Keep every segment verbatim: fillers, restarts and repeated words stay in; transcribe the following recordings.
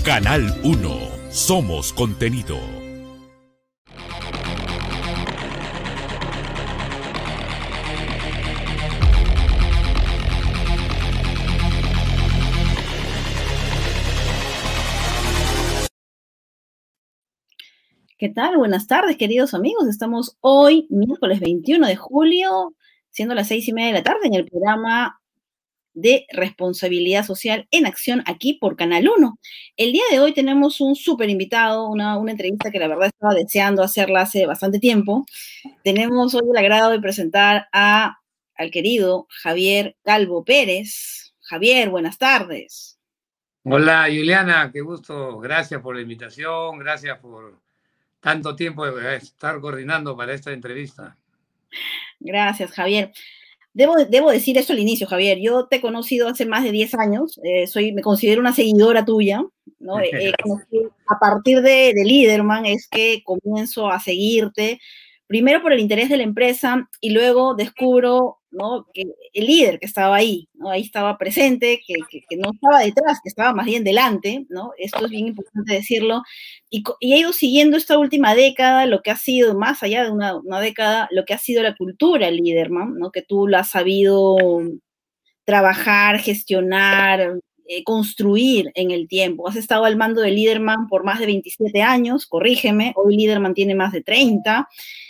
Canal uno. Somos contenido. ¿Qué tal? Buenas tardes, queridos amigos. Estamos hoy, miércoles veintiuno de julio, siendo las seis y media de la tarde, en el programa de Responsabilidad Social en Acción, aquí por Canal uno. El día de hoy tenemos un súper invitado, una, una entrevista que la verdad estaba deseando hacerla hace bastante tiempo. Tenemos hoy el agrado de presentar a, al querido Javier Calvo Pérez. Javier, buenas tardes. Hola, Juliana, qué gusto. Gracias por la invitación, gracias por tanto tiempo de estar coordinando para esta entrevista. Gracias, Javier. Debo, debo decir esto al inicio, Javier. Yo te he conocido hace más de diez años. Eh, soy, me considero una seguidora tuya, ¿no? Eh, conocido, a partir de, de Liderman es que comienzo a seguirte, primero por el interés de la empresa y luego descubro, ¿no?, que el líder que estaba ahí, ¿no?, ahí estaba presente, que, que, que no estaba detrás, que estaba más bien delante, ¿no? Esto es bien importante decirlo. Y, y he ido siguiendo esta última década, lo que ha sido, más allá de una, una década, lo que ha sido la cultura Liderman, ¿no?, que tú la has sabido trabajar, gestionar, eh, construir en el tiempo. Has estado al mando de Liderman por más de veintisiete años, corrígeme, hoy Liderman tiene más de treinta,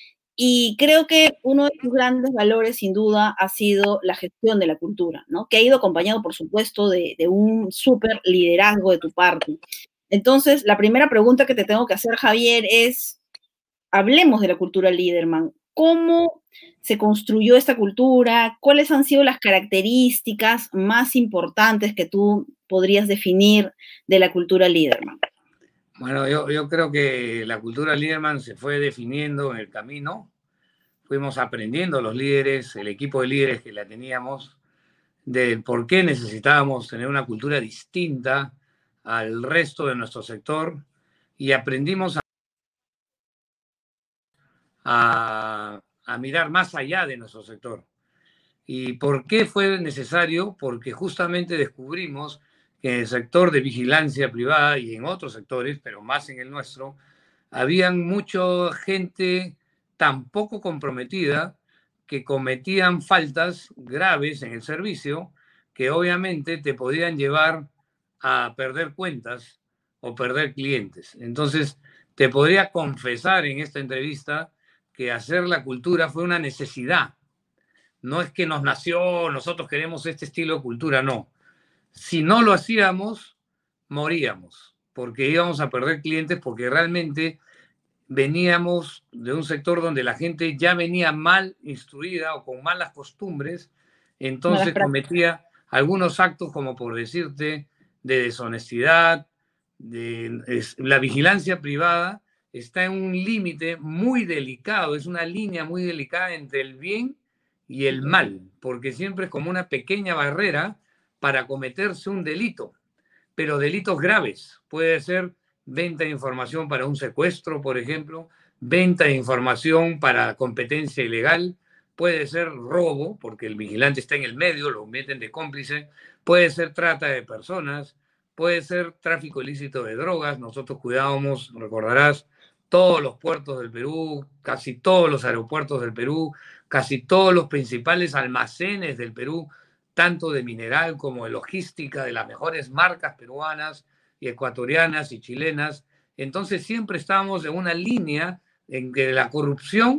y creo que uno de sus grandes valores, sin duda, ha sido la gestión de la cultura, ¿no?, que ha ido acompañado, por supuesto, de, de un súper liderazgo de tu parte. Entonces, la primera pregunta que te tengo que hacer, Javier, es, hablemos de la cultura Liderman. ¿Cómo se construyó esta cultura? ¿Cuáles han sido las características más importantes que tú podrías definir de la cultura Liderman? Bueno, yo, yo creo que la cultura Liderman se fue definiendo en el camino. Fuimos aprendiendo los líderes, el equipo de líderes que la teníamos, de por qué necesitábamos tener una cultura distinta al resto de nuestro sector, y aprendimos a, a, a mirar más allá de nuestro sector. ¿Y por qué fue necesario? Porque justamente descubrimos que en el sector de vigilancia privada y en otros sectores, pero más en el nuestro, habían mucha gente tan poco comprometida que cometían faltas graves en el servicio que obviamente te podían llevar a perder cuentas o perder clientes. Entonces, te podría confesar en esta entrevista que hacer la cultura fue una necesidad. No es que nos nació, nosotros queremos este estilo de cultura, no. Si no lo hacíamos, moríamos, porque íbamos a perder clientes, porque realmente veníamos de un sector donde la gente ya venía mal instruida o con malas costumbres, entonces cometía algunos actos, como por decirte, de deshonestidad, de, es, la vigilancia privada está en un límite muy delicado, es una línea muy delicada entre el bien y el mal, porque siempre es como una pequeña barrera para cometerse un delito, pero delitos graves. Puede ser venta de información para un secuestro, por ejemplo, venta de información para competencia ilegal, puede ser robo, porque el vigilante está en el medio, lo meten de cómplice, puede ser trata de personas, puede ser tráfico ilícito de drogas. Nosotros cuidábamos, recordarás, todos los puertos del Perú, casi todos los aeropuertos del Perú, casi todos los principales almacenes del Perú, tanto de mineral como de logística, de las mejores marcas peruanas y ecuatorianas y chilenas. Entonces siempre estábamos en una línea entre la corrupción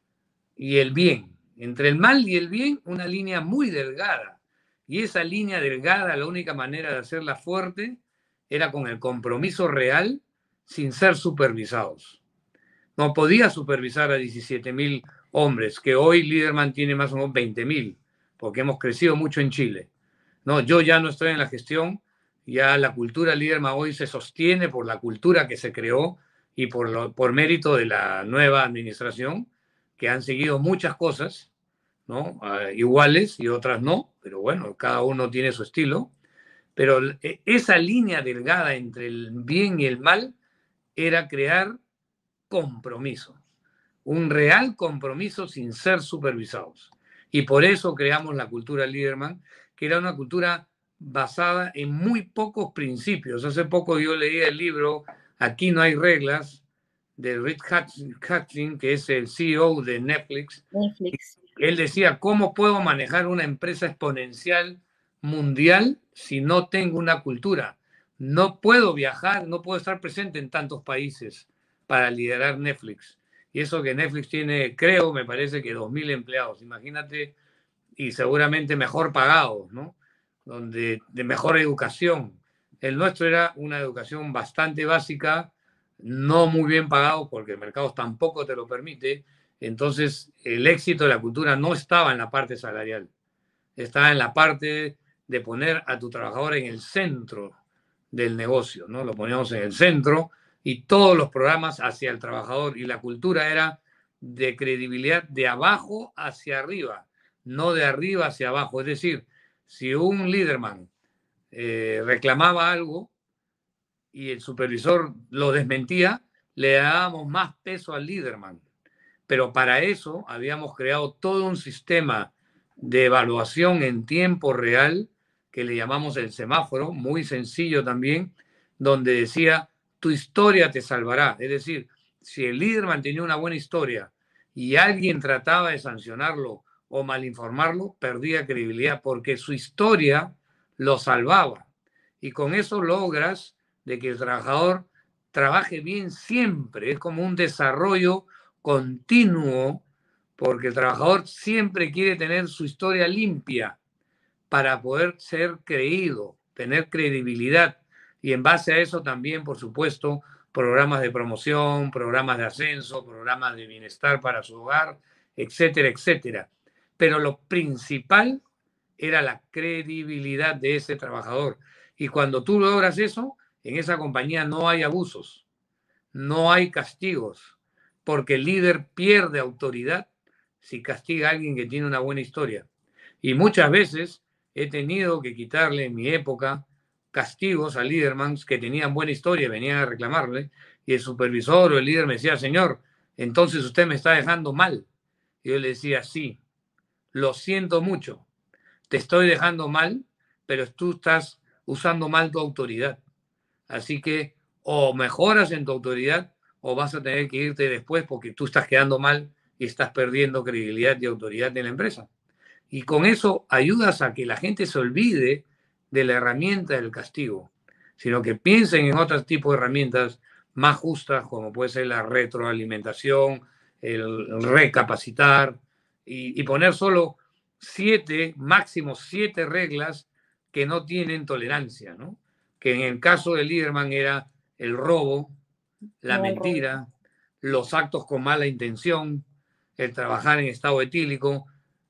y el bien, entre el mal y el bien, una línea muy delgada. Y esa línea delgada, la única manera de hacerla fuerte era con el compromiso real, sin ser supervisados. No podía supervisar a diecisiete mil hombres, que hoy Liderman tiene más o menos veinte mil, porque hemos crecido mucho en Chile. No, yo ya no estoy en la gestión, ya la cultura Liderman hoy se sostiene por la cultura que se creó y por, lo, por mérito de la nueva administración, que han seguido muchas cosas, ¿no? Uh, iguales y otras no, pero bueno, cada uno tiene su estilo. Pero esa línea delgada entre el bien y el mal era crear compromiso, un real compromiso sin ser supervisados. Y por eso creamos la cultura Liderman, que era una cultura basada en muy pocos principios. Hace poco yo leí el libro Aquí no hay reglas, de Reed Hastings, que es el C E O de Netflix. Netflix. Él decía, ¿cómo puedo manejar una empresa exponencial mundial si no tengo una cultura? No puedo viajar, no puedo estar presente en tantos países para liderar Netflix. Y eso que Netflix tiene, creo, me parece que dos mil empleados. Imagínate, y seguramente mejor pagados, ¿no? Donde, de mejor educación. El nuestro era una educación bastante básica, no muy bien pagado porque el mercado tampoco te lo permite. Entonces, el éxito de la cultura no estaba en la parte salarial, estaba en la parte de poner a tu trabajador en el centro del negocio, ¿no? Lo poníamos en el centro y todos los programas hacia el trabajador, y la cultura era de credibilidad de abajo hacia arriba, no de arriba hacia abajo. Es decir, si un líderman eh, reclamaba algo y el supervisor lo desmentía, le dábamos más peso al líderman. Pero para eso habíamos creado todo un sistema de evaluación en tiempo real, que le llamamos el semáforo, muy sencillo también, donde decía, tu historia te salvará. Es decir, si el líder mantenía una buena historia y alguien trataba de sancionarlo o malinformarlo, perdía credibilidad porque su historia lo salvaba. Y con eso logras de que el trabajador trabaje bien siempre. Es como un desarrollo continuo, porque el trabajador siempre quiere tener su historia limpia para poder ser creído, tener credibilidad, y en base a eso también, por supuesto, programas de promoción, programas de ascenso, programas de bienestar para su hogar, etcétera, etcétera. Pero lo principal era la credibilidad de ese trabajador. Y cuando tú logras eso, en esa compañía no hay abusos, no hay castigos, porque el líder pierde autoridad si castiga a alguien que tiene una buena historia. Y muchas veces he tenido que quitarle en mi época castigos a lídermans que tenían buena historia, venían a reclamarle, y el supervisor o el líder me decía, señor, entonces usted me está dejando mal. Y yo le decía, sí, lo siento mucho, te estoy dejando mal, pero tú estás usando mal tu autoridad. Así que o mejoras en tu autoridad o vas a tener que irte después porque tú estás quedando mal y estás perdiendo credibilidad y autoridad en la empresa. Y con eso ayudas a que la gente se olvide de la herramienta del castigo, sino que piensen en otro tipo de herramientas más justas, como puede ser la retroalimentación, el recapacitar, y, y poner solo siete, máximo siete reglas que no tienen tolerancia, ¿no? Que en el caso de Liderman era el robo, la No, mentira, los actos con mala intención, el trabajar en estado etílico,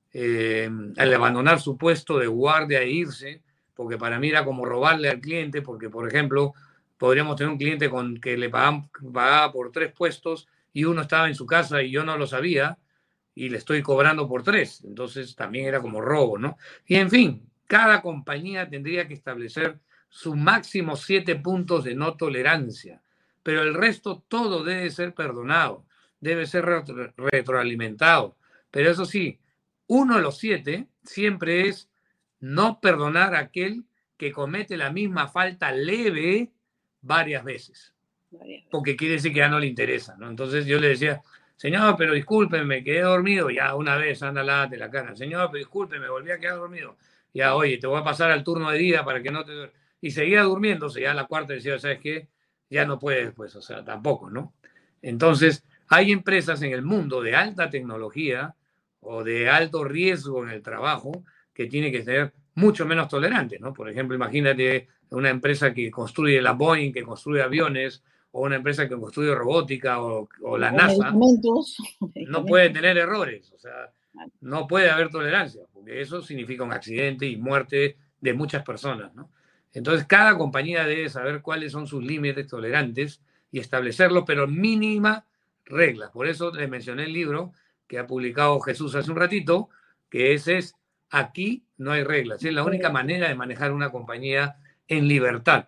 eh, el abandonar su puesto de guardia e irse, porque para mí era como robarle al cliente, porque, por ejemplo, podríamos tener un cliente con que le pagaban, pagaba por tres puestos y uno estaba en su casa y yo no lo sabía y le estoy cobrando por tres. Entonces también era como robo, ¿no? Y en fin, cada compañía tendría que establecer su máximo siete puntos de no tolerancia, pero el resto todo debe ser perdonado, debe ser retro, retroalimentado. Pero eso sí, uno de los siete siempre es no perdonar a aquel que comete la misma falta leve varias veces, porque quiere decir que ya no le interesa, ¿no? Entonces yo le decía, señor, pero discúlpeme, me quedé dormido, ya una vez, anda, lávate la cara, señor, pero discúlpeme, me volví a quedar dormido, ya, oye, te voy a pasar al turno de día para que no te... Y seguía durmiéndose, ya la cuarta decía, ¿sabes qué? Ya no puedes, pues, o sea, tampoco, ¿no? Entonces, hay empresas en el mundo de alta tecnología o de alto riesgo en el trabajo que tiene que ser mucho menos tolerante, ¿no? Por ejemplo, imagínate una empresa que construye la Boeing, que construye aviones, o una empresa que construye robótica, o, o la o NASA, medicamentos, no puede tener errores, o sea, no puede haber tolerancia, porque eso significa un accidente y muerte de muchas personas, ¿no? Entonces, cada compañía debe saber cuáles son sus límites tolerantes y establecerlos, pero mínima regla. Por eso les mencioné el libro que ha publicado Jesús hace un ratito, que ese es Aquí no hay reglas. Es la única manera de manejar una compañía en libertad.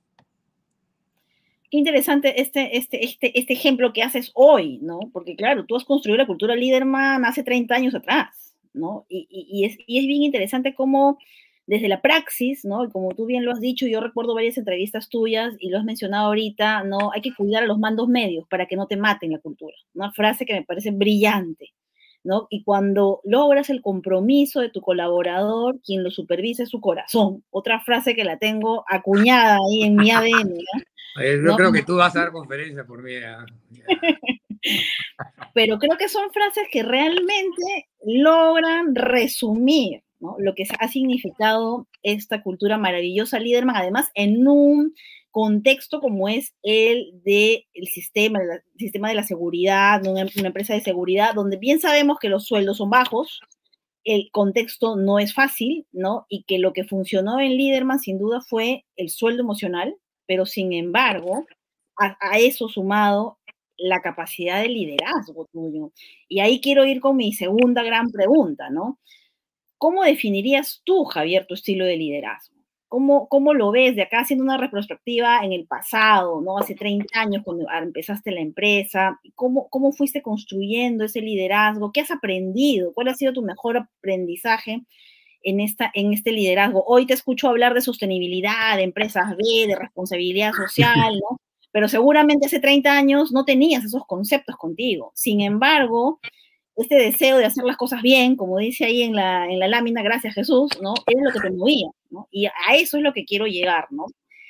Qué interesante este, este, este, este ejemplo que haces hoy, ¿no? Porque claro, tú has construido la cultura Liderman hace treinta años atrás, ¿no? Y, y, y, es, y es bien interesante cómo desde la praxis, ¿no? Y como tú bien lo has dicho, yo recuerdo varias entrevistas tuyas y lo has mencionado ahorita, ¿no? Hay que cuidar a los mandos medios para que no te maten la cultura. Una frase que me parece brillante, ¿no? Y cuando logras el compromiso de tu colaborador, quien lo supervisa es su corazón. Otra frase que la tengo acuñada ahí en mi A D N, ¿no? Yo ¿No? creo que tú vas a dar conferencia por mí. Pero creo que son frases que realmente logran resumir, ¿no?, lo que ha significado esta cultura maravillosa Liderman, además en un contexto como es el del sistema, el sistema de la seguridad, ¿no?, una, una empresa de seguridad, donde bien sabemos que los sueldos son bajos, el contexto no es fácil, ¿no? Y que lo que funcionó en Liderman sin duda fue el sueldo emocional, pero sin embargo, a, a eso sumado la capacidad de liderazgo tuyo. Y ahí quiero ir con mi segunda gran pregunta, ¿no? ¿Cómo definirías tú, Javier, tu estilo de liderazgo? ¿Cómo, cómo lo ves de acá haciendo una retrospectiva en el pasado, ¿no? Hace treinta años cuando empezaste la empresa, ¿cómo, cómo fuiste construyendo ese liderazgo? ¿Qué has aprendido? ¿Cuál ha sido tu mejor aprendizaje en, esta, en este liderazgo? Hoy te escucho hablar de sostenibilidad, de empresas B, de responsabilidad social, ¿no? Pero seguramente hace treinta años no tenías esos conceptos contigo. Sin embargo, este deseo de hacer las cosas bien, como dice ahí en la, en la lámina, gracias Jesús, ¿no? Es lo que te movía, ¿no? Y a eso es lo que quiero llegar, ¿no?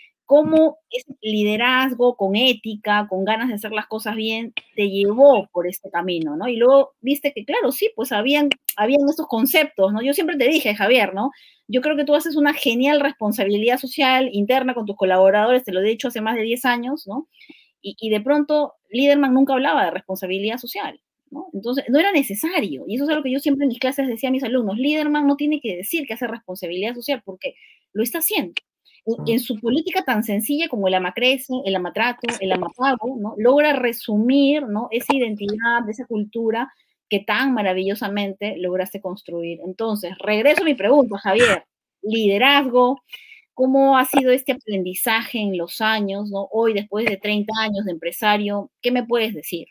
Cómo ese liderazgo con ética, con ganas de hacer las cosas bien, te llevó por este camino, ¿no? Y luego viste que, claro, sí, pues habían, habían estos conceptos, ¿no? Yo siempre te dije, Javier, ¿no? Yo creo que tú haces una genial responsabilidad social interna con tus colaboradores, te lo he dicho hace más de diez años, ¿no? Y, y de pronto, Liderman nunca hablaba de responsabilidad social, ¿no? Entonces, no era necesario. Y eso es algo que yo siempre en mis clases decía a mis alumnos. Liderman no tiene que decir que hace responsabilidad social porque lo está haciendo. En, en su política tan sencilla como el Amacrece, el Amatrato, el Amapago, ¿no? Logra resumir, ¿no?, esa identidad, esa cultura que tan maravillosamente lograste construir. Entonces, regreso a mi pregunta, Javier. Liderazgo, ¿cómo ha sido este aprendizaje en los años, ¿no? Hoy, después de treinta años de empresario, ¿qué me puedes decir?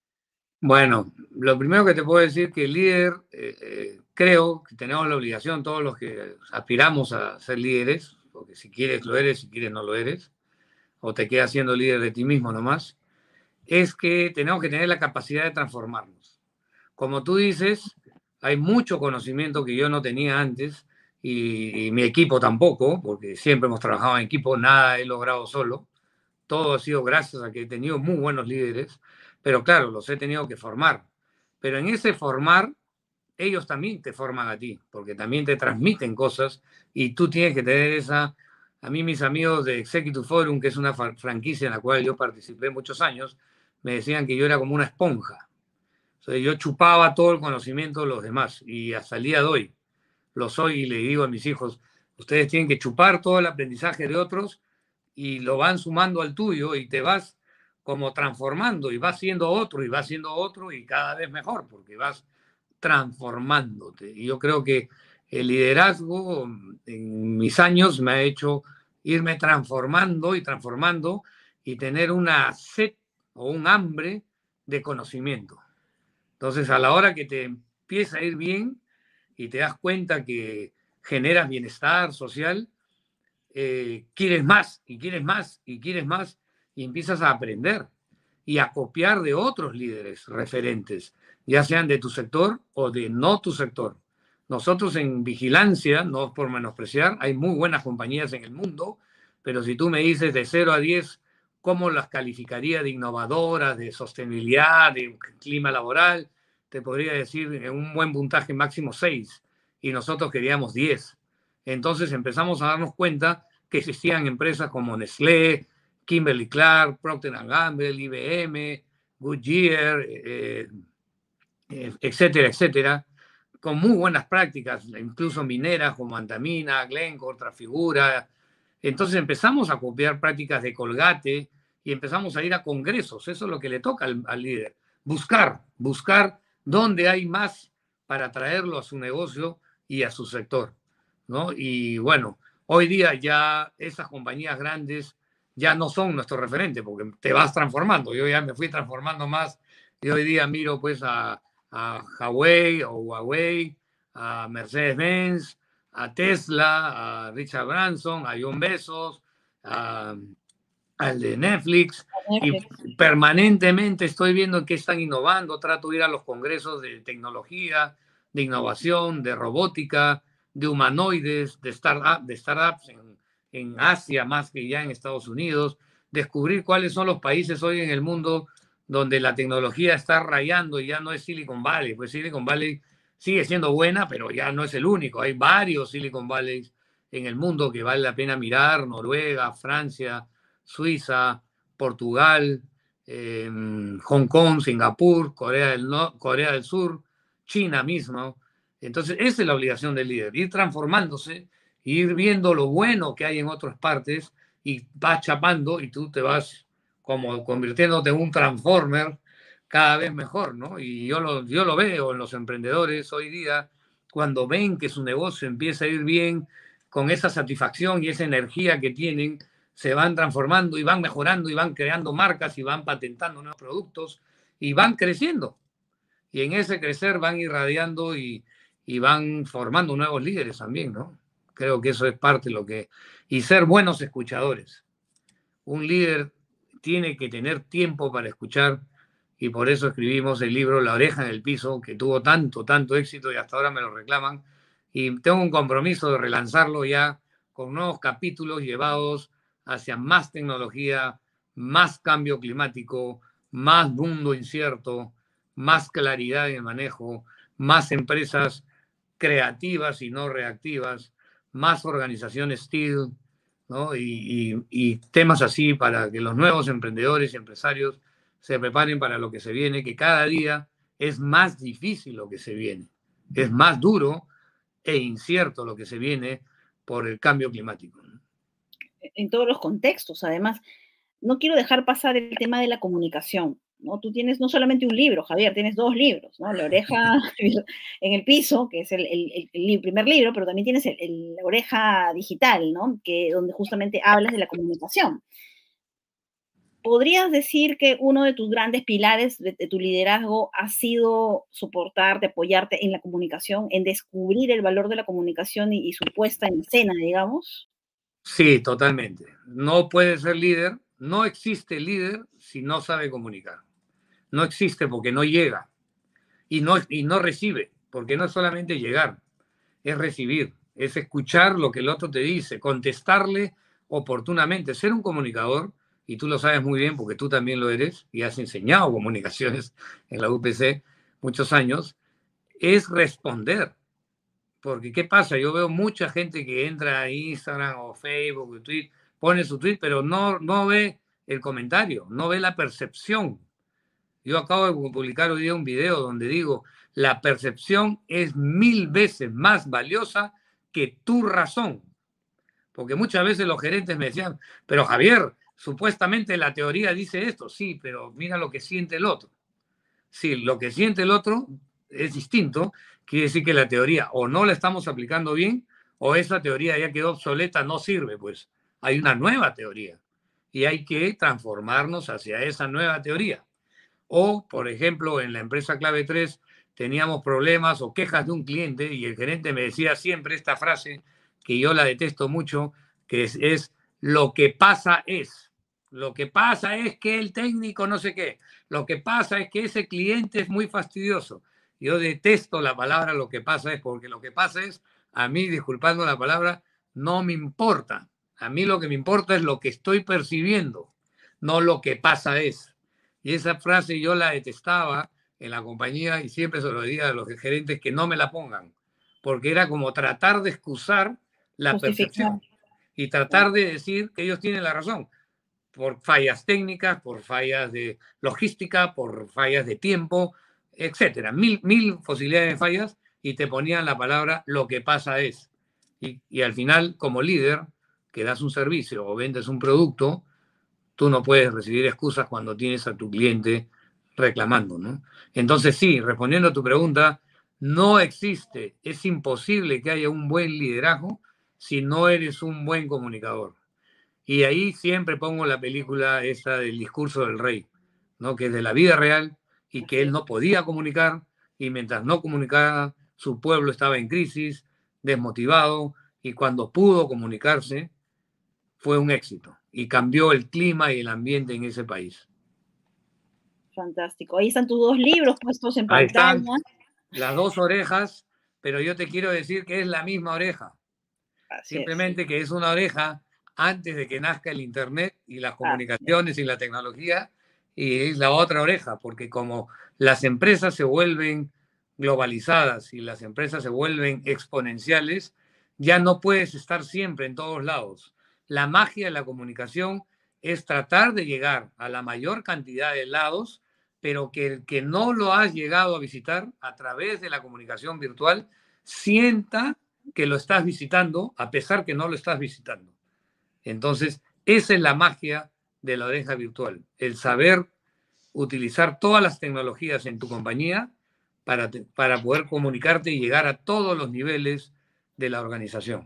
Bueno, lo primero que te puedo decir que el líder, eh, eh, creo que tenemos la obligación, todos los que aspiramos a ser líderes, porque si quieres lo eres, si quieres no lo eres, o te quedas siendo líder de ti mismo nomás, es que tenemos que tener la capacidad de transformarnos. Como tú dices, hay mucho conocimiento que yo no tenía antes y, y mi equipo tampoco, porque siempre hemos trabajado en equipo, nada he logrado solo. Todo ha sido gracias a que he tenido muy buenos líderes, pero claro, los he tenido que formar. Pero en ese formar, ellos también te forman a ti, porque también te transmiten cosas y tú tienes que tener esa... A mí mis amigos de Executive Forum, que es una franquicia en la cual yo participé muchos años, me decían que yo era como una esponja. O sea, yo chupaba todo el conocimiento de los demás y hasta el día de hoy lo soy y le digo a mis hijos, ustedes tienen que chupar todo el aprendizaje de otros y lo van sumando al tuyo y te vas como transformando y vas siendo otro y vas siendo otro y cada vez mejor porque vas transformándote. Y yo creo que el liderazgo en mis años me ha hecho irme transformando y transformando y tener una sed o un hambre de conocimiento. Entonces, a la hora que te empieza a ir bien y te das cuenta que generas bienestar social, eh, quieres más y quieres más y quieres más y empiezas a aprender y a copiar de otros líderes referentes, ya sean de tu sector o de no tu sector. Nosotros en vigilancia, no es por menospreciar, hay muy buenas compañías en el mundo, pero si tú me dices de cero a diez, ¿cómo las calificaría de innovadoras, de sostenibilidad, de clima laboral? Te podría decir en un buen puntaje máximo seis, y nosotros queríamos diez. Entonces empezamos a darnos cuenta que existían empresas como Nestlé, Kimberly Clark, Procter and Gamble, I B M, Goodyear, eh, eh, etcétera, etcétera, con muy buenas prácticas, incluso mineras como Antamina, Glencore, Trafigura. Entonces empezamos a copiar prácticas de Colgate y empezamos a ir a congresos. Eso es lo que le toca al, al líder. Buscar, buscar dónde hay más para traerlo a su negocio y a su sector, ¿no? Y bueno, hoy día ya esas compañías grandes ya no son nuestro referente porque te vas transformando. Yo ya me fui transformando más y hoy día miro pues a, a Huawei o Huawei, a Mercedes-Benz, a Tesla, a Richard Branson, a John Bezos, a, al de Netflix, Netflix, y permanentemente estoy viendo que están innovando. Trato de ir a los congresos de tecnología, de innovación, de robótica, de humanoides, de, start de startups en, en Asia más que ya en Estados Unidos, descubrir cuáles son los países hoy en el mundo donde la tecnología está rayando y ya no es Silicon Valley. Pues Silicon Valley sigue siendo buena, pero ya no es el único. Hay varios Silicon Valleys en el mundo que vale la pena mirar: Noruega, Francia, Suiza, Portugal, eh, Hong Kong, Singapur, Corea del, no Corea del Sur, China mismo. Entonces, esa es la obligación del líder: ir transformándose, ir viendo lo bueno que hay en otras partes, y vas chapando y tú te vas como convirtiéndote en un transformer cada vez mejor, ¿no? Y yo lo, yo lo veo en los emprendedores hoy día, cuando ven que su negocio empieza a ir bien, con esa satisfacción y esa energía que tienen, se van transformando y van mejorando y van creando marcas y van patentando nuevos productos y van creciendo. Y en ese crecer van irradiando y, y van formando nuevos líderes también, ¿no? Creo que eso es parte de lo que... Y ser buenos escuchadores. Un líder tiene que tener tiempo para escuchar, y por eso escribimos el libro La oreja en el piso, que tuvo tanto, tanto éxito y hasta ahora me lo reclaman. Y tengo un compromiso de relanzarlo ya con nuevos capítulos llevados hacia más tecnología, más cambio climático, más mundo incierto, más claridad en el manejo, más empresas creativas y no reactivas, más organizaciones STEEL, ¿no? Y, y, y temas así para que los nuevos emprendedores y empresarios se preparen para lo que se viene, que cada día es más difícil lo que se viene, es más duro e incierto lo que se viene por el cambio climático. En todos los contextos, además. No quiero dejar pasar el tema de la comunicación, ¿no? Tú tienes no solamente un libro, Javier, tienes dos libros, ¿no? La oreja en el piso, que es el, el, el primer libro, pero también tienes el, el, la oreja digital, ¿no? Que, donde justamente hablas de la comunicación. ¿Podrías decir que uno de tus grandes pilares de, de tu liderazgo ha sido soportarte, apoyarte en la comunicación, en descubrir el valor de la comunicación y, y su puesta en escena, digamos? Sí, totalmente. No puede ser líder, no existe líder si no sabe comunicar. No existe porque no llega y no, y no recibe, porque no es solamente llegar, es recibir, es escuchar lo que el otro te dice, contestarle oportunamente. Ser un comunicador, y tú lo sabes muy bien porque tú también lo eres y has enseñado comunicaciones en la U P C muchos años, es responder. Porque, ¿qué pasa? Yo veo mucha gente que entra a Instagram o Facebook o Twitter, pone su tweet, pero no, no ve el comentario, no ve la percepción. Yo acabo de publicar hoy día un video donde digo, la percepción es mil veces más valiosa que tu razón. Porque muchas veces los gerentes me decían, pero Javier, supuestamente la teoría dice esto. Sí, pero mira lo que siente el otro. Sí, lo que siente el otro es distinto. Quiere decir que la teoría o no la estamos aplicando bien, o esa teoría ya quedó obsoleta, no sirve. Pues hay una nueva teoría y hay que transformarnos hacia esa nueva teoría. O, por ejemplo, en la empresa Clave tres teníamos problemas o quejas de un cliente y el gerente me decía siempre esta frase que yo la detesto mucho, que es, es lo que pasa es. Lo que pasa es que el técnico no sé qué. Lo que pasa es que ese cliente es muy fastidioso. Yo detesto la palabra lo que pasa es, porque lo que pasa es, a mí, disculpando la palabra, no me importa. A mí lo que me importa es lo que estoy percibiendo, no lo que pasa es. Y esa frase yo la detestaba en la compañía y siempre se lo decía a los gerentes que no me la pongan, porque era como tratar de excusar la percepción y tratar de decir que ellos tienen la razón por fallas técnicas, por fallas de logística, por fallas de tiempo, etcétera. Mil, mil posibilidades de fallas y te ponían la palabra lo que pasa es. Y, y al final, como líder, que das un servicio o vendes un producto, tú no puedes recibir excusas cuando tienes a tu cliente reclamando, ¿no? Entonces, sí, respondiendo a tu pregunta, no existe, es imposible que haya un buen liderazgo si no eres un buen comunicador. Y ahí siempre pongo la película esa del discurso del rey, ¿no? Que es de la vida real y que él no podía comunicar y mientras no comunicaba, su pueblo estaba en crisis, desmotivado, y cuando pudo comunicarse, fue un éxito y cambió el clima y el ambiente en ese país. Fantástico. Ahí están tus dos libros puestos en Ahí pantalla. están las dos orejas, pero yo te quiero decir que es la misma oreja. Así Simplemente es. que es una oreja antes de que nazca el Internet y las comunicaciones y la tecnología, y es la otra oreja, porque como las empresas se vuelven globalizadas y las empresas se vuelven exponenciales, ya no puedes estar siempre en todos lados. La magia de la comunicación es tratar de llegar a la mayor cantidad de lados, pero que el que no lo has llegado a visitar a través de la comunicación virtual sienta que lo estás visitando, a pesar que no lo estás visitando. Entonces, esa es la magia de la oreja virtual, el saber utilizar todas las tecnologías en tu compañía para, te, para poder comunicarte y llegar a todos los niveles de la organización.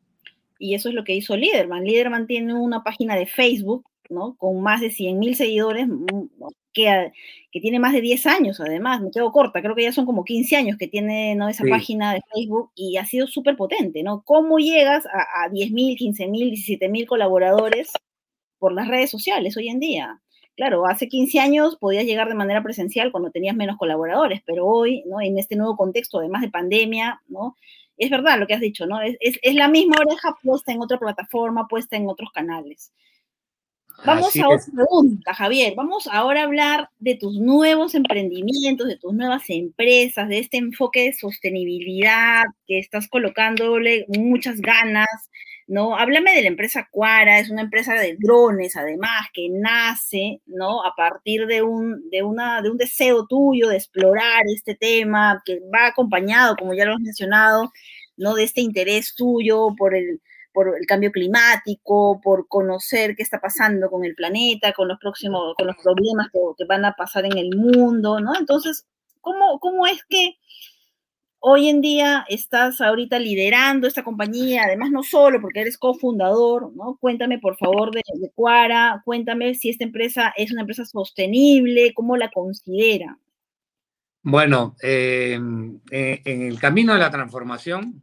Y eso es lo que hizo Liderman. Liderman tiene una página de Facebook, ¿no? Con más de cien mil seguidores, que, que tiene más de diez años, además, me quedo corta, creo que ya son como quince años que tiene, ¿no?, esa sí. página de Facebook, y ha sido súper potente, ¿no? ¿Cómo llegas a, a diez mil, quince mil, diecisiete mil colaboradores por las redes sociales hoy en día? Claro, hace quince años podías llegar de manera presencial cuando tenías menos colaboradores, pero hoy, ¿no?, en este nuevo contexto, además de pandemia, ¿no?, es verdad lo que has dicho, ¿no? Es, es, es la misma oreja puesta en otra plataforma, puesta en otros canales. Vamos Así a otra es. pregunta, Javier. Vamos ahora a hablar de tus nuevos emprendimientos, de tus nuevas empresas, de este enfoque de sostenibilidad que estás colocándole muchas ganas, ¿no? Háblame de la empresa Quara, es una empresa de drones, además, que nace, ¿no?, a partir de un, de una, de un deseo tuyo de explorar este tema, que va acompañado, como ya lo has mencionado, ¿no?, de este interés tuyo por el por el cambio climático, por conocer qué está pasando con el planeta, con los próximos, con los problemas que, que van a pasar en el mundo, ¿no? Entonces, ¿cómo, cómo es que hoy en día estás ahorita liderando esta compañía? Además, no solo porque eres cofundador, ¿no? Cuéntame, por favor, de, de Quara, cuéntame si esta empresa es una empresa sostenible, ¿cómo la considera? Bueno, eh, en, en el camino de la transformación,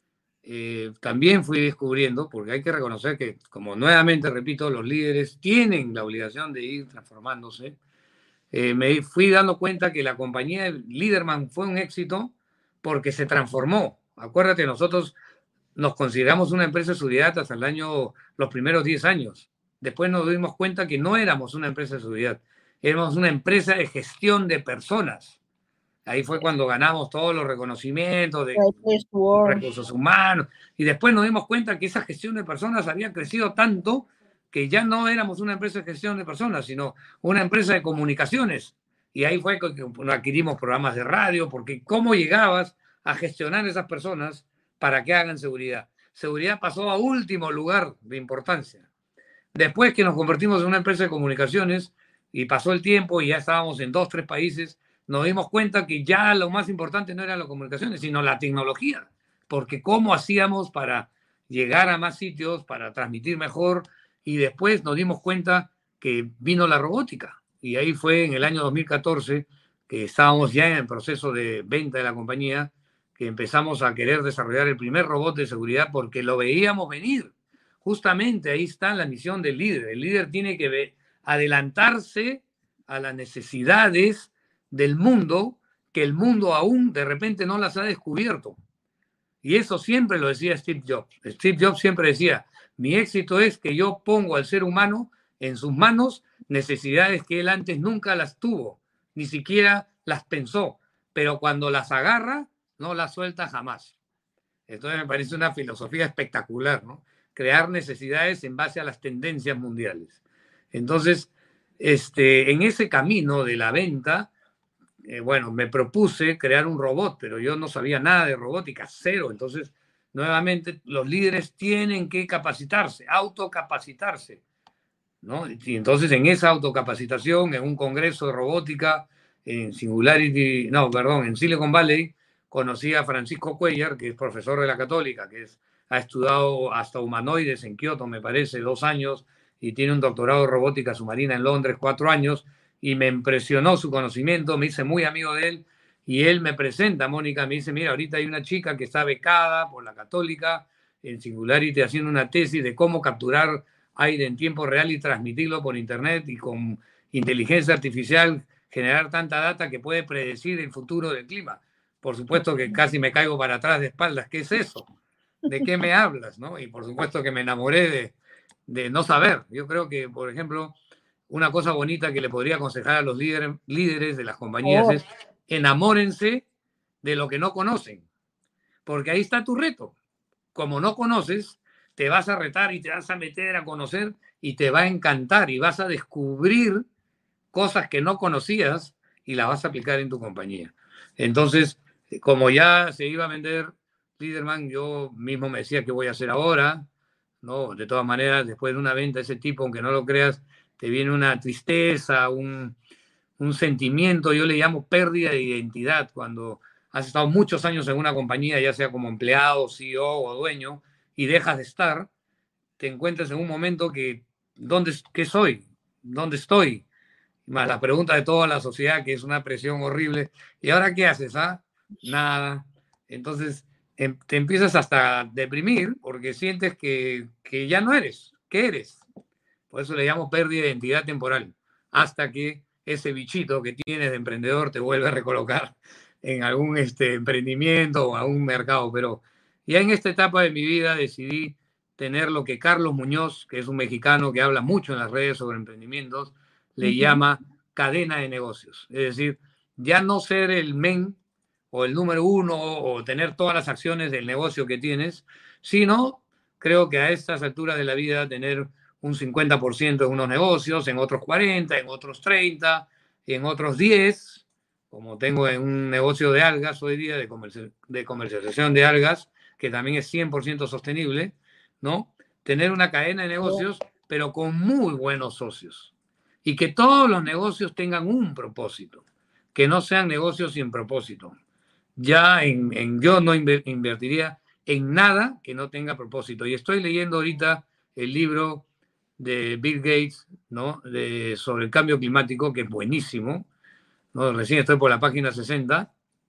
Eh, también fui descubriendo, porque hay que reconocer que, como nuevamente repito, los líderes tienen la obligación de ir transformándose. Eh, me fui dando cuenta que la compañía de Liderman fue un éxito porque se transformó. Acuérdate, nosotros nos consideramos una empresa de seguridad hasta el año, los primeros diez años. Después nos dimos cuenta que no éramos una empresa de seguridad, éramos una empresa de gestión de personas. Ahí fue cuando ganamos todos los reconocimientos de recursos humanos, y después nos dimos cuenta que esa gestión de personas había crecido tanto que ya no éramos una empresa de gestión de personas, sino una empresa de comunicaciones. Y ahí fue que adquirimos programas de radio, porque ¿cómo llegabas a gestionar esas personas para que hagan seguridad? Seguridad pasó a último lugar de importancia. Después que nos convertimos en una empresa de comunicaciones y pasó el tiempo y ya estábamos en dos, tres países, nos dimos cuenta que ya lo más importante no eran las comunicaciones, sino la tecnología, porque cómo hacíamos para llegar a más sitios, para transmitir mejor, y después nos dimos cuenta que vino la robótica, y ahí fue en el año dos mil catorce, que estábamos ya en el proceso de venta de la compañía, que empezamos a querer desarrollar el primer robot de seguridad porque lo veíamos venir. Justamente ahí está la misión del líder. El líder tiene que ver, adelantarse a las necesidades del mundo, que el mundo aún de repente no las ha descubierto. Y eso siempre lo decía Steve Jobs. Steve Jobs siempre decía, mi éxito es que yo pongo al ser humano en sus manos necesidades que él antes nunca las tuvo, ni siquiera las pensó, pero cuando las agarra, no las suelta jamás. Entonces me parece una filosofía espectacular, ¿no? Crear necesidades en base a las tendencias mundiales. Entonces, este, en ese camino de la venta, Eh, bueno, me propuse crear un robot, pero yo no sabía nada de robótica, cero. Entonces, nuevamente, los líderes tienen que capacitarse, autocapacitarse, ¿no? Y entonces, en esa autocapacitación, en un congreso de robótica, en Singularity, no, perdón, en Silicon Valley, conocí a Francisco Cuellar, que es profesor de la Católica, que es, ha estudiado hasta humanoides en Kioto, me parece, dos años, y tiene un doctorado de robótica submarina en Londres, cuatro años, y me impresionó su conocimiento, me hice muy amigo de él, Y él me presenta, Mónica, me dice, mira, ahorita hay una chica que está becada por la Católica en Singularity haciendo una tesis de cómo capturar aire en tiempo real y transmitirlo por internet y con inteligencia artificial generar tanta data que puede predecir el futuro del clima. Por supuesto que casi me caigo para atrás de espaldas. ¿Qué es eso? ¿De qué me hablas? ¿No? Y por supuesto que me enamoré de, de no saber. Yo creo que, por ejemplo, una cosa bonita que le podría aconsejar a los líderes, líderes de las compañías Oh, es enamórense de lo que no conocen, porque ahí está tu reto. Como no conoces, te vas a retar y te vas a meter a conocer y te va a encantar y vas a descubrir cosas que no conocías y las vas a aplicar en tu compañía. Entonces, como ya se iba a vender Liderman, yo mismo me decía qué voy a hacer ahora, ¿no? De todas maneras, después de una venta de ese tipo, aunque no lo creas, te viene una tristeza, un, un sentimiento, yo le llamo pérdida de identidad, cuando has estado muchos años en una compañía, ya sea como empleado, C E O o dueño, y dejas de estar, te encuentras en un momento que, ¿dónde, qué soy? ¿Dónde estoy? Más la pregunta de toda la sociedad, que es una presión horrible. ¿Y ahora qué haces? Ah? Nada. Entonces em, te empiezas hasta a deprimir porque sientes que, que ya no eres. ¿Qué eres? Por eso le llamo pérdida de identidad temporal. Hasta que ese bichito que tienes de emprendedor te vuelve a recolocar en algún este, emprendimiento o algún mercado. Pero ya en esta etapa de mi vida decidí tener lo que Carlos Muñoz, que es un mexicano que habla mucho en las redes sobre emprendimientos, le ujú. llama cadena de negocios. Es decir, ya no ser el men o el número uno o tener todas las acciones del negocio que tienes, sino creo que a estas alturas de la vida tener un cincuenta por ciento en unos negocios, en otros cuarenta, en otros treinta, en otros diez, como tengo en un negocio de algas hoy día, de, comerci de comercialización de algas, que también es cien por ciento sostenible, ¿no? Tener una cadena de negocios, pero con muy buenos socios. Y que todos los negocios tengan un propósito, que no sean negocios sin propósito. Ya en, en yo no invertiría en nada que no tenga propósito. Y estoy leyendo ahorita el libro de Bill Gates, ¿no? De, sobre el cambio climático, que es buenísimo, ¿no? Recién estoy por la página sesenta,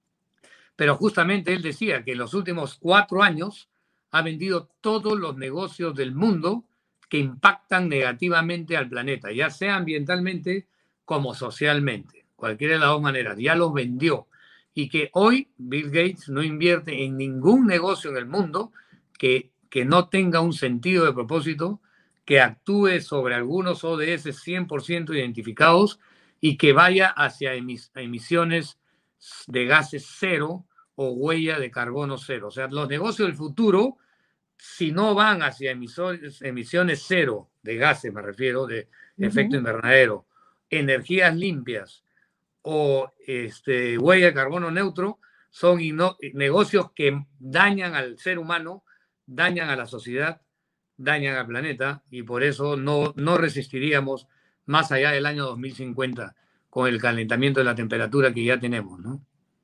pero justamente él decía que en los últimos cuatro años ha vendido todos los negocios del mundo que impactan negativamente al planeta, ya sea ambientalmente como socialmente, cualquiera de las dos maneras, ya los vendió. Y que hoy Bill Gates no invierte en ningún negocio en el mundo que, que no tenga un sentido de propósito, que actúe sobre algunos O D S cien por ciento identificados y que vaya hacia emis emisiones de gases cero o huella de carbono cero. O sea, los negocios del futuro, si no van hacia emisiones, emisiones cero de gases, me refiero, de efecto Ujú. invernadero, energías limpias o este, huella de carbono neutro, son negocios que dañan al ser humano, dañan a la sociedad, dañan al planeta, y por eso no, no resistiríamos más allá del año dos mil cincuenta con el calentamiento de la temperatura que ya tenemos, ¿no?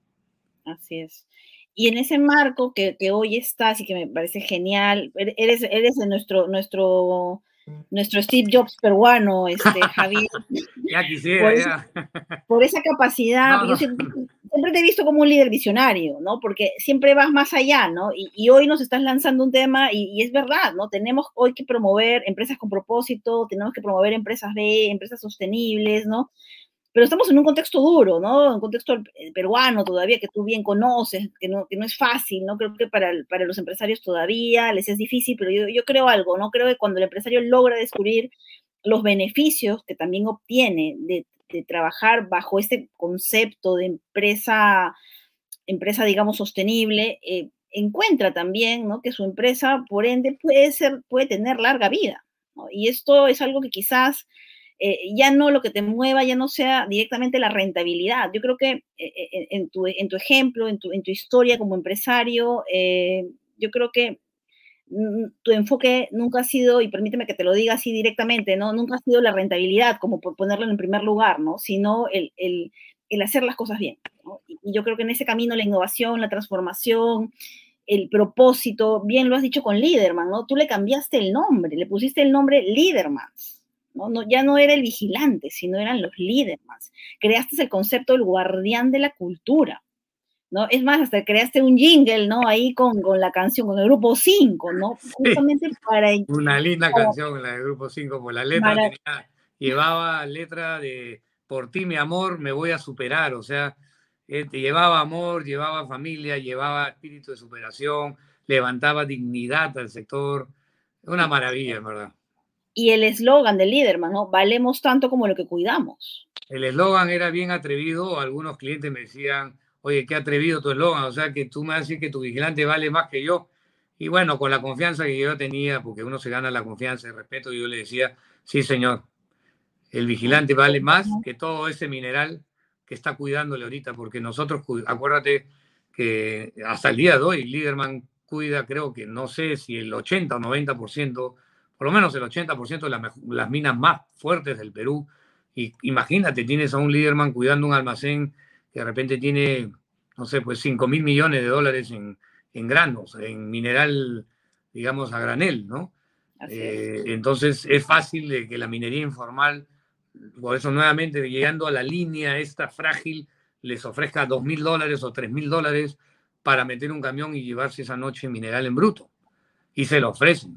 Así es. Y en ese marco que, que hoy estás y que me parece genial, eres, eres de nuestro, nuestro, nuestro Steve Jobs peruano, este, Javier. Ya Por, quisiera, ese, ya. por esa capacidad, No, yo no. siempre, siempre te he visto como un líder visionario, ¿no? Porque siempre vas más allá, ¿no? Y, y hoy nos estás lanzando un tema y, y es verdad, ¿no? Tenemos hoy que promover empresas con propósito, tenemos que promover empresas B, empresas sostenibles, ¿no? Pero estamos en un contexto duro, ¿no? Un contexto peruano todavía que tú bien conoces, que no, que no es fácil, ¿no? Creo que para, para los empresarios todavía les es difícil, pero yo, yo creo algo, ¿no? Creo que cuando el empresario logra descubrir los beneficios que también obtiene de, de trabajar bajo este concepto de empresa, empresa digamos, sostenible, eh, encuentra también, ¿no? Que su empresa, por ende, puede, ser, puede tener larga vida, ¿no? Y esto es algo que quizás eh, ya no lo que te mueva, ya no sea directamente la rentabilidad. Yo creo que eh, en, tu, en tu ejemplo, en tu, en tu historia como empresario, eh, yo creo que tu enfoque nunca ha sido, y permíteme que te lo diga así directamente, ¿no? Nunca ha sido la rentabilidad, como por ponerlo en primer lugar, ¿no? Sino el, el, el hacer las cosas bien, ¿no? Y, y yo creo que en ese camino la innovación, la transformación, el propósito, bien lo has dicho con Liderman, ¿no? Tú le cambiaste el nombre, le pusiste el nombre Lidermans, ¿no? No, ya no era el vigilante, sino eran los Lidermans. Creaste el concepto del guardián de la cultura, ¿no? Es más, hasta creaste un jingle, ¿no? Ahí con, con la canción, con el grupo cinco, ¿no? Justamente sí. para... Una linda para, canción, la del grupo cinco, por la letra para tenía, llevaba letra de por ti, mi amor, me voy a superar, o sea, eh, te llevaba amor, llevaba familia, llevaba espíritu de superación, levantaba dignidad al sector, una maravilla, en verdad. Y el eslogan del Liderman, ¿no? Valemos tanto como lo que cuidamos. El eslogan era bien atrevido, algunos clientes me decían, oye, qué atrevido tu eslogan, o sea, que tú me vas a decir que tu vigilante vale más que yo. Y bueno, con la confianza que yo tenía, porque uno se gana la confianza y el respeto, yo le decía, sí, señor, el vigilante vale más que todo ese mineral que está cuidándole ahorita, porque nosotros, acuérdate que hasta el día de hoy, Liderman cuida, creo que no sé si el ochenta o noventa por ciento, por lo menos el ochenta por ciento de las, las minas más fuertes del Perú. Y imagínate, tienes a un Liderman cuidando un almacén que de repente tiene, no sé, pues cinco mil millones de dólares en, en granos, en mineral, digamos, a granel, ¿no? Eh, entonces es fácil de que la minería informal, por eso nuevamente llegando a la línea esta frágil, les ofrezca dos mil dólares o tres mil dólares para meter un camión y llevarse esa noche mineral en bruto. Y se lo ofrecen.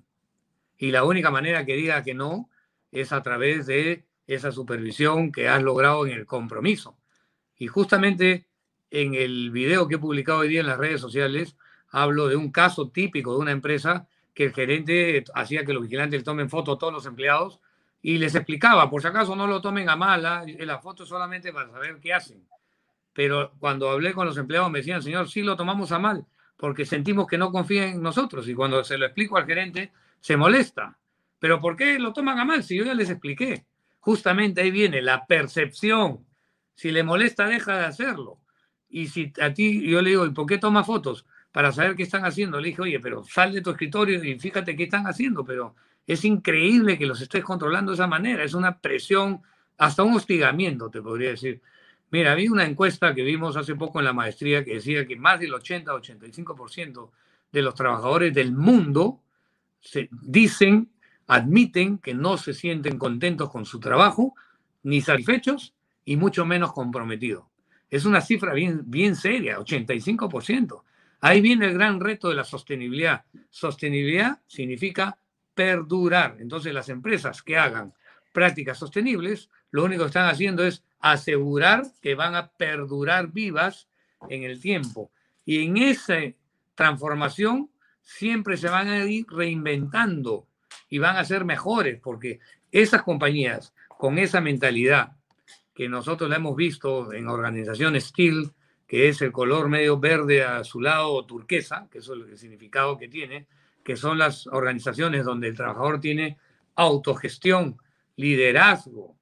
Y la única manera que diga que no es a través de esa supervisión que has logrado en el compromiso. Y justamente en el video que he publicado hoy día en las redes sociales, hablo de un caso típico de una empresa que el gerente hacía que los vigilantes tomen fotos a todos los empleados y les explicaba, por si acaso no lo tomen a mala, la foto es solamente para saber qué hacen. Pero cuando hablé con los empleados me decían, señor, sí lo tomamos a mal, porque sentimos que no confían en nosotros. Y cuando se lo explico al gerente, se molesta. ¿Pero por qué lo toman a mal? Si yo ya les expliqué. Justamente ahí viene la percepción. Si le molesta, deja de hacerlo. Y si a ti, yo le digo, ¿y por qué toma fotos? Para saber qué están haciendo. Le dije, oye, pero sal de tu escritorio y fíjate qué están haciendo. Pero es increíble que los estés controlando de esa manera. Es una presión, hasta un hostigamiento, te podría decir. Mira, había una encuesta que vimos hace poco en la maestría que decía que más del ochenta a ochenta y cinco por ciento de los trabajadores del mundo se dicen, admiten que no se sienten contentos con su trabajo, ni satisfechos, y mucho menos comprometidos. Es una cifra bien, bien seria, ochenta y cinco por ciento. Ahí viene el gran reto de la sostenibilidad. Sostenibilidad significa perdurar. Entonces, las empresas que hagan prácticas sostenibles, lo único que están haciendo es asegurar que van a perdurar vivas en el tiempo. Y en esa transformación siempre se van a ir reinventando y van a ser mejores, porque esas compañías con esa mentalidad que nosotros la hemos visto en organizaciones Steel, que es el color medio verde azulado o turquesa, que eso es el significado que tiene, que son las organizaciones donde el trabajador tiene autogestión, liderazgo,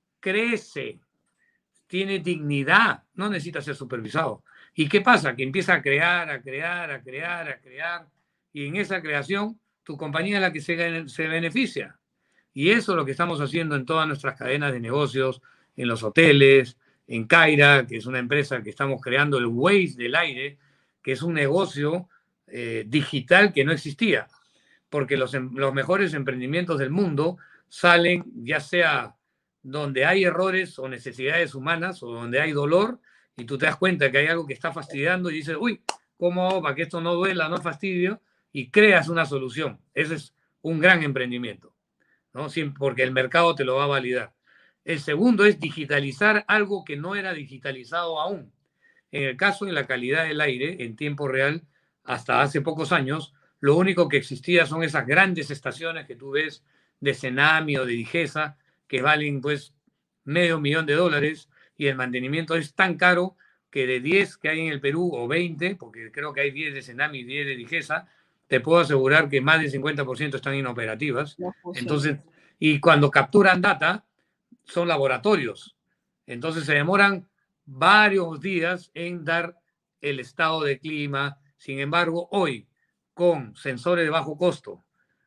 crece, tiene dignidad, no necesita ser supervisado. ¿Y qué pasa? Que empieza a crear, a crear, a crear, a crear, y en esa creación tu compañía es la que se, se beneficia. Y eso es lo que estamos haciendo en todas nuestras cadenas de negocios, en los hoteles, en Kaira, que es una empresa que estamos creando, el Waze del aire, que es un negocio eh, digital que no existía, porque los, los mejores emprendimientos del mundo salen ya sea donde hay errores o necesidades humanas o donde hay dolor y tú te das cuenta que hay algo que está fastidiando y dices, uy, ¿cómo hago para que esto no duela, no fastidio? Y creas una solución. Ese es un gran emprendimiento, ¿no? Porque el mercado te lo va a validar. El segundo es digitalizar algo que no era digitalizado aún. En el caso de la calidad del aire, en tiempo real, hasta hace pocos años, lo único que existía son esas grandes estaciones que tú ves de Cenami o de Digesa, que valen pues medio millón de dólares y el mantenimiento es tan caro que de diez que hay en el Perú o veinte, porque creo que hay diez de Cenami y diez de Digesa, te puedo asegurar que más del cincuenta por ciento están inoperativas. Entonces, y cuando capturan data, son laboratorios. Entonces se demoran varios días en dar el estado de clima. Sin embargo, hoy, con sensores de bajo costo,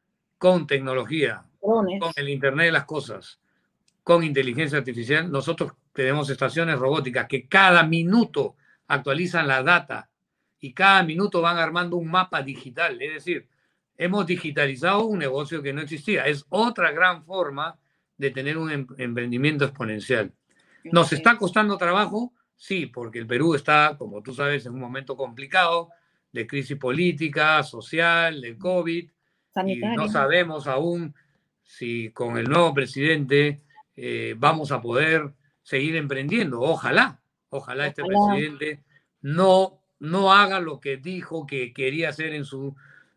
con tecnología, Drones, con el Internet de las cosas, con inteligencia artificial, nosotros tenemos estaciones robóticas que cada minuto actualizan la data y cada minuto van armando un mapa digital. Es decir, hemos digitalizado un negocio que no existía. Es otra gran forma de tener un emprendimiento exponencial. Nos está costando trabajo, Sí, porque el Perú está, como tú sabes, en un momento complicado de crisis política, social, de COVID, y no Sanitaria. sabemos aún si con el nuevo presidente eh, vamos a poder seguir emprendiendo. Ojalá, ojalá este Ojalá. presidente no, no haga lo que dijo que quería hacer en, su,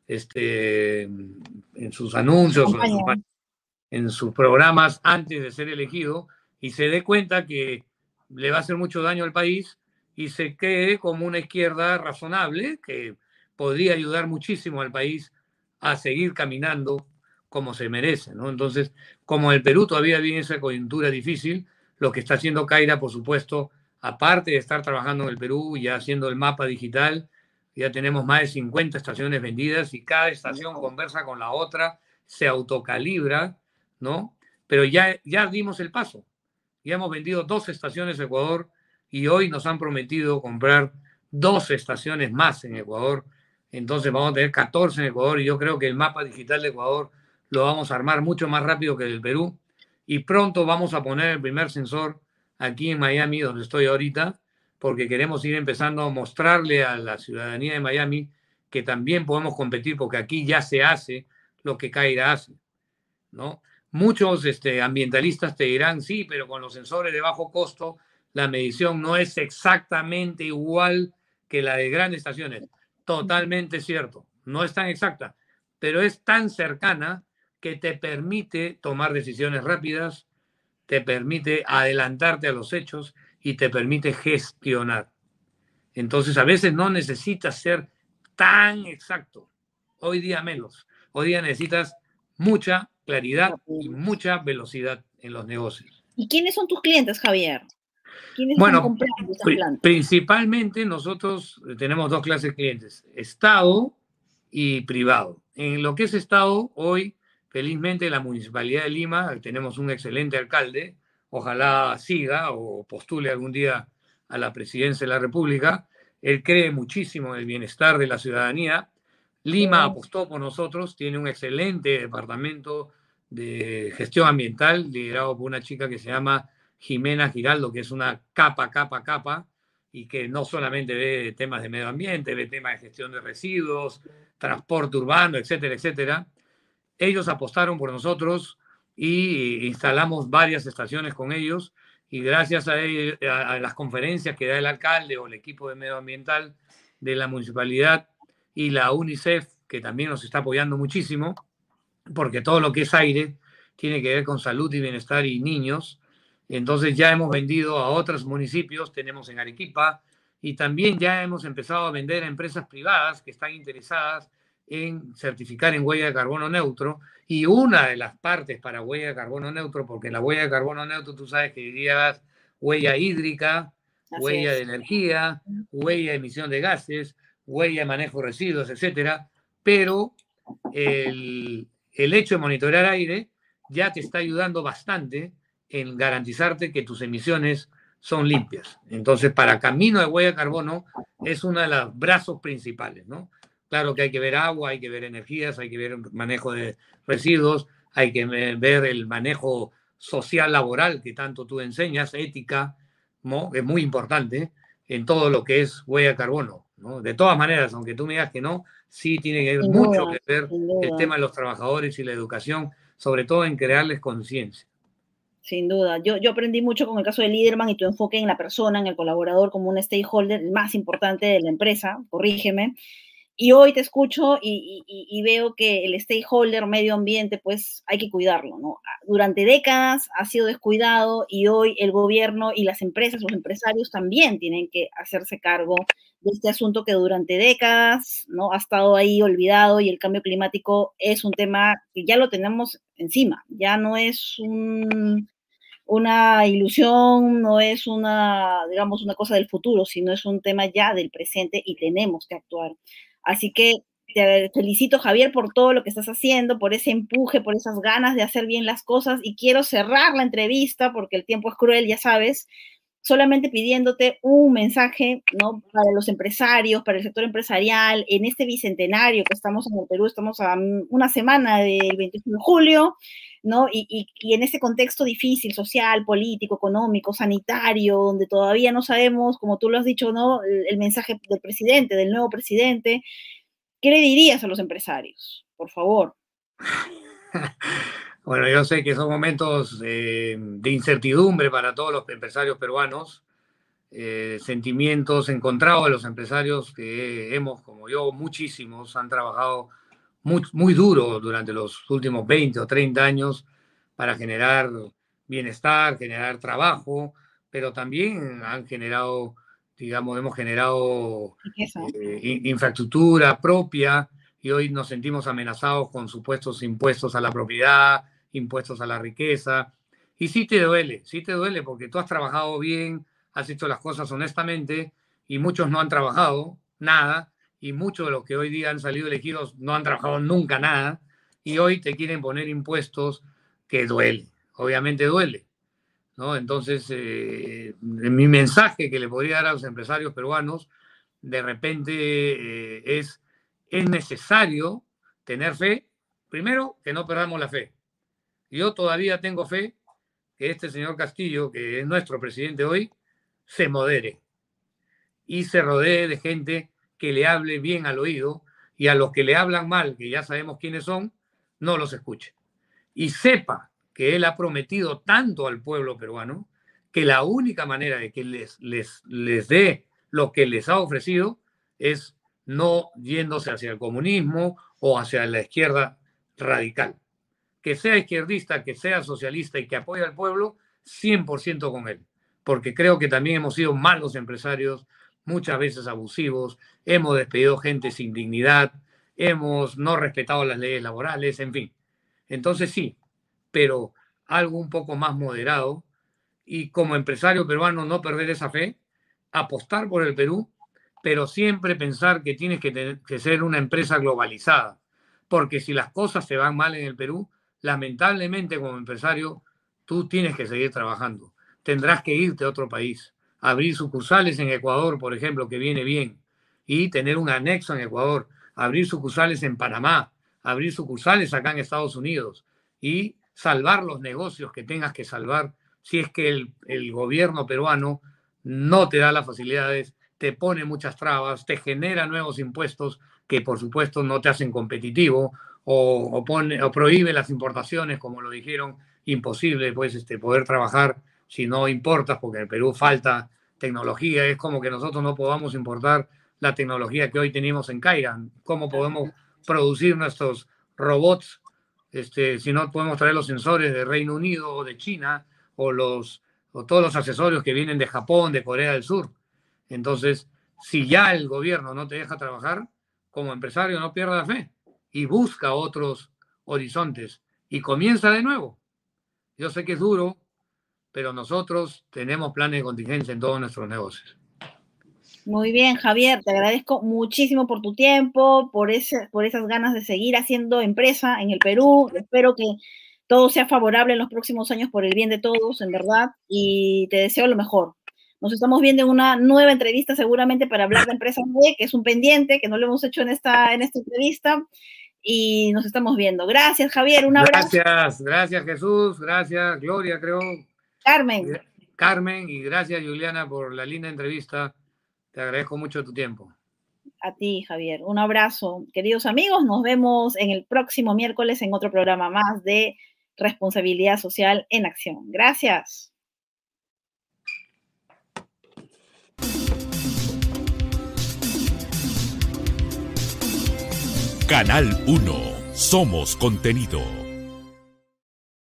este, en sus anuncios o en sus, Campaña. en sus programas antes de ser elegido y se dé cuenta que le va a hacer mucho daño al país y se quede como una izquierda razonable que podría ayudar muchísimo al país a seguir caminando como se merece, ¿no? Entonces, como el Perú todavía vive esa coyuntura difícil, lo que está haciendo Kaira, por supuesto, aparte de estar trabajando en el Perú, ya haciendo el mapa digital, ya tenemos más de cincuenta estaciones vendidas y cada estación conversa con la otra, se autocalibra, ¿no? Pero ya, ya dimos el paso. Ya hemos vendido dos estaciones en Ecuador y hoy nos han prometido comprar dos estaciones más en Ecuador. Entonces vamos a tener catorce en Ecuador y yo creo que el mapa digital de Ecuador lo vamos a armar mucho más rápido que el del Perú. Y pronto vamos a poner el primer sensor aquí en Miami, donde estoy ahorita, porque queremos ir empezando a mostrarle a la ciudadanía de Miami que también podemos competir, porque aquí ya se hace lo que Kaira hace, ¿no? Muchos este, ambientalistas te dirán, sí, pero con los sensores de bajo costo, la medición no es exactamente igual que la de grandes estaciones. Totalmente cierto. No es tan exacta, pero es tan cercana que te permite tomar decisiones rápidas, te permite adelantarte a los hechos y te permite gestionar. Entonces, a veces no necesitas ser tan exacto. Hoy día menos. Hoy día necesitas mucha claridad y mucha velocidad en los negocios. ¿Y quiénes son tus clientes, Javier? ¿Quiénes están Bueno, comprando estas pri plantas? principalmente nosotros tenemos dos clases de clientes, Estado y privado. En lo que es Estado, hoy, felizmente, la Municipalidad de Lima, tenemos un excelente alcalde, ojalá siga o postule algún día a la presidencia de la República. Él cree muchísimo en el bienestar de la ciudadanía. Lima apostó por nosotros, tiene un excelente departamento de gestión ambiental, liderado por una chica que se llama Jimena Giraldo, que es una capa, capa, capa, y que no solamente ve temas de medio ambiente, ve temas de gestión de residuos, transporte urbano, etcétera, etcétera. Ellos apostaron por nosotros y instalamos varias estaciones con ellos y gracias a, ellos, a, a las conferencias que da el alcalde o el equipo de medioambiental de la municipalidad y la UNICEF, que también nos está apoyando muchísimo, porque todo lo que es aire tiene que ver con salud y bienestar y niños. Entonces ya hemos vendido a otros municipios, tenemos en Arequipa, y también ya hemos empezado a vender a empresas privadas que están interesadas en certificar en huella de carbono neutro. Y una de las partes para huella de carbono neutro, porque la huella de carbono neutro tú sabes que dirías huella hídrica, Así huella es. de energía, huella de emisión de gases, huella de manejo de residuos, etcétera. Pero el, el hecho de monitorear aire ya te está ayudando bastante en garantizarte que tus emisiones son limpias. Entonces, para camino de huella de carbono es uno de los brazos principales, ¿no? Claro que hay que ver agua, hay que ver energías, hay que ver manejo de residuos, hay que ver el manejo social laboral que tanto tú enseñas, ética, ¿no? Es muy importante en todo lo que es huella de carbono, ¿no? De todas maneras, aunque tú me digas que no, sí tiene que ver Sin mucho duda, que ver sin el duda. tema de los trabajadores y la educación, sobre todo en crearles conciencia. Sin duda. Yo, yo aprendí mucho con el caso de Liderman y tu enfoque en la persona, en el colaborador como un stakeholder el más importante de la empresa, corrígeme. Y hoy te escucho y, y, y veo que el stakeholder medio ambiente, pues hay que cuidarlo, ¿no? Durante décadas ha sido descuidado y hoy el gobierno y las empresas, los empresarios también tienen que hacerse cargo de este asunto que durante décadas, ¿no? Ha estado ahí olvidado y el cambio climático es un tema que ya lo tenemos encima, ya no es un, una ilusión, no es una, digamos, una cosa del futuro, sino es un tema ya del presente y tenemos que actuar. Así que te felicito, Javier, por todo lo que estás haciendo, por ese empuje, por esas ganas de hacer bien las cosas y quiero cerrar la entrevista porque el tiempo es cruel, ya sabes, solamente pidiéndote un mensaje, ¿no? Para los empresarios, para el sector empresarial, en este bicentenario que estamos en el Perú, estamos a una semana del veintiuno de julio, ¿no? Y, y, y en este contexto difícil, social, político, económico, sanitario, donde todavía no sabemos, como tú lo has dicho, ¿no? El, el mensaje del presidente, del nuevo presidente. ¿Qué le dirías a los empresarios? Por favor. Bueno, yo sé que son momentos eh, de incertidumbre para todos los empresarios peruanos, eh, sentimientos encontrados de los empresarios que hemos, como yo, muchísimos, han trabajado muy, muy duro durante los últimos veinte o treinta años para generar bienestar, generar trabajo, pero también han generado, digamos, hemos generado eh, infraestructura propia, y hoy nos sentimos amenazados con supuestos impuestos a la propiedad, impuestos a la riqueza. Y sí te duele, sí te duele porque tú has trabajado bien, has hecho las cosas honestamente, y muchos no han trabajado nada, y muchos de los que hoy día han salido elegidos no han trabajado nunca nada, y hoy te quieren poner impuestos que duele, obviamente duele, ¿no? Entonces, eh, mi mensaje que le podría dar a los empresarios peruanos, de repente, eh, es, es necesario tener fe. Primero, que no perdamos la fe. Yo todavía tengo fe que este señor Castillo, que es nuestro presidente hoy, se modere y se rodee de gente que le hable bien al oído, y a los que le hablan mal, que ya sabemos quiénes son, no los escuche. Y sepa que él ha prometido tanto al pueblo peruano que la única manera de que les, les, les dé lo que les ha ofrecido es no yéndose hacia el comunismo o hacia la izquierda radical. Que sea izquierdista, que sea socialista y que apoye al pueblo, cien por ciento con él. Porque creo que también hemos sido malos empresarios, muchas veces abusivos, hemos despedido gente sin dignidad, hemos no respetado las leyes laborales, en fin. Entonces sí, pero algo un poco más moderado, y como empresario peruano no perder esa fe, apostar por el Perú, pero siempre pensar que tienes que, tener, que ser una empresa globalizada, porque si las cosas se van mal en el Perú, lamentablemente como empresario tú tienes que seguir trabajando, tendrás que irte a otro país, abrir sucursales en Ecuador, por ejemplo, que viene bien, y tener un anexo en Ecuador, abrir sucursales en Panamá, abrir sucursales acá en Estados Unidos, y salvar los negocios que tengas que salvar si es que el, el gobierno peruano no te da las facilidades, te pone muchas trabas, te genera nuevos impuestos que por supuesto no te hacen competitivo, o, o, pone, o prohíbe las importaciones, como lo dijeron, imposible pues, este, poder trabajar si no importas, porque en el Perú falta tecnología. Es como que nosotros no podamos importar la tecnología que hoy tenemos en Caigan. ¿Cómo podemos producir nuestros robots este, si no podemos traer los sensores de Reino Unido o de China, o, los, o todos los accesorios que vienen de Japón, de Corea del Sur? Entonces, si ya el gobierno no te deja trabajar, como empresario no pierda la fe y busca otros horizontes y comienza de nuevo. Yo sé que es duro, pero nosotros tenemos planes de contingencia en todos nuestros negocios. Muy bien, Javier, te agradezco muchísimo por tu tiempo, por, ese, por esas ganas de seguir haciendo empresa en el Perú. Espero que todo sea favorable en los próximos años por el bien de todos, en verdad, y te deseo lo mejor. Nos estamos viendo en una nueva entrevista seguramente para hablar de Empresa B, que es un pendiente, que no lo hemos hecho en esta, en esta entrevista, y nos estamos viendo. Gracias, Javier, un abrazo. Gracias, gracias Jesús, gracias Gloria, creo. Carmen. Carmen, y gracias Juliana por la linda entrevista. Te agradezco mucho tu tiempo. A ti, Javier. Un abrazo. Queridos amigos, nos vemos en el próximo miércoles en otro programa más de Responsabilidad Social en Acción. Gracias. Canal uno. Somos contenido.